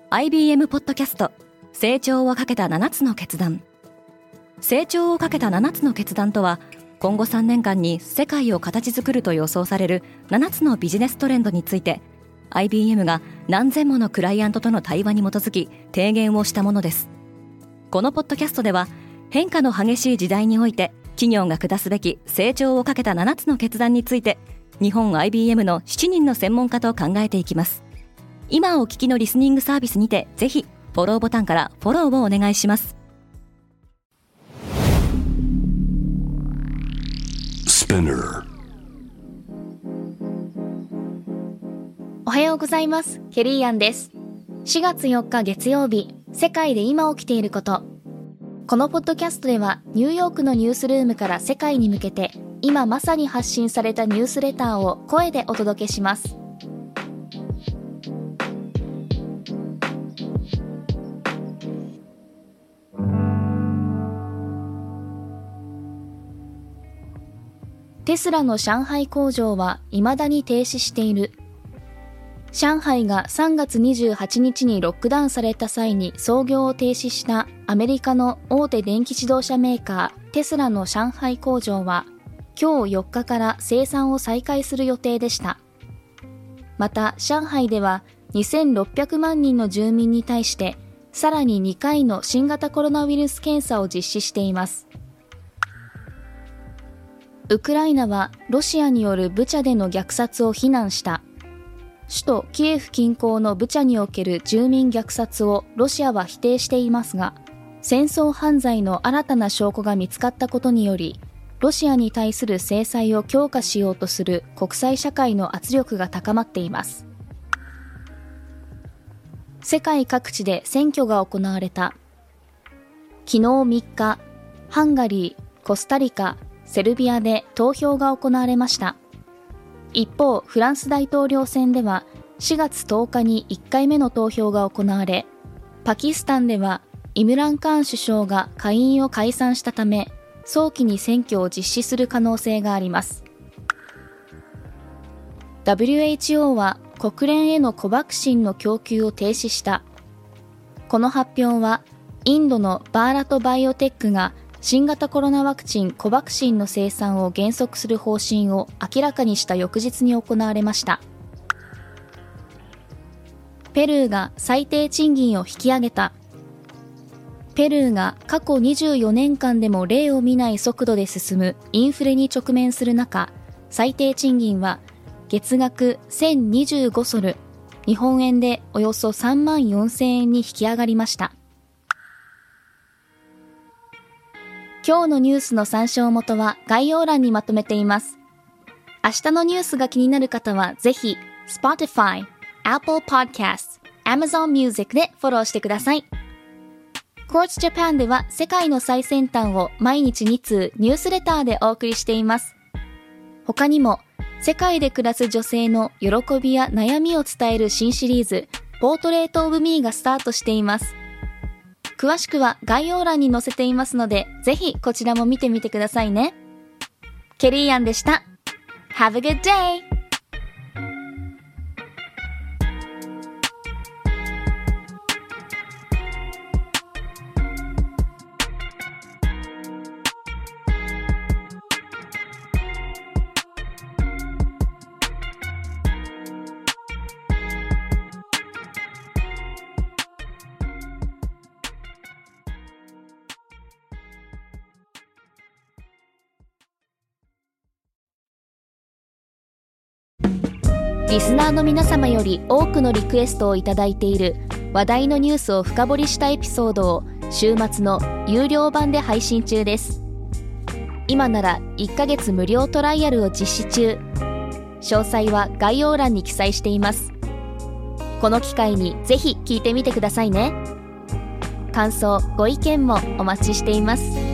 IBM ポッドキャスト成長をかけた7つの決断。成長をかけた7つの決断とは、今後3年間に世界を形作ると予想される7つのビジネストレンドについて、 IBM が何千ものクライアントとの対話に基づき提言をしたものです。このポッドキャストでは、変化の激しい時代において企業が下すべき成長をかけた7つの決断について、日本 IBM の7人の専門家と考えていきます。今お聞きのリスニングサービスにて、ぜひフォローボタンからフォローをお願いします。 おはようございます。ケリーアンです。4月4日月曜日、世界で今起きていること。このポッドキャストでは、ニューヨークのニュースルームから世界に向けて、今まさに発信されたニュースレターを声でお届けします。テスラの上海工場は未だに停止している。上海が3月28日にロックダウンされた際に操業を停止したアメリカの大手電気自動車メーカーテスラの上海工場は、今日4日から生産を再開する予定でした。また上海では2600万人の住民に対してさらに2回の新型コロナウイルス検査を実施しています。ウクライナはロシアによるブチャでの虐殺を非難した。首都キエフ近郊のブチャにおける住民虐殺をロシアは否定していますが、戦争犯罪の新たな証拠が見つかったことにより、ロシアに対する制裁を強化しようとする国際社会の圧力が高まっています。世界各地で選挙が行われた。昨日3日、ハンガリー、コスタリカ、セルビアで投票が行われました。一方、フランス大統領選では4月10日に1回目の投票が行われ、パキスタンではイムラン・カーン首相が下院を解散したため、早期に選挙を実施する可能性があります。WHO は国連へのコバクシンの供給を停止した。この発表は、インドのバーラトバイオテックが新型コロナワクチンコバクシンの生産を減速する方針を明らかにした翌日に行われました。ペルーが最低賃金を引き上げた。ペルーが過去24年間でも例を見ない速度で進むインフレに直面する中、最低賃金は月額1025ソル、日本円でおよそ3万4000円に引き上がりました。今日のニュースの参照元は概要欄にまとめています。明日のニュースが気になる方はぜひ Spotify、Apple Podcasts、Amazon Music でフォローしてください。Quartz Japan では世界の最先端を毎日2通ニュースレターでお送りしています。他にも世界で暮らす女性の喜びや悩みを伝える新シリーズポートレートオブミーがスタートしています。詳しくは概要欄に載せていますので、ぜひこちらも見てみてくださいね。ケリーアンでした。Have a good day! リスナーの皆様より多くのリクエストをいただいている話題のニュースを深掘りしたエピソードを週末の有料版で配信中です。今なら1ヶ月無料トライアルを実施中。詳細は概要欄に記載しています。この機会にぜひ聞いてみてくださいね。感想、ご意見もお待ちしています。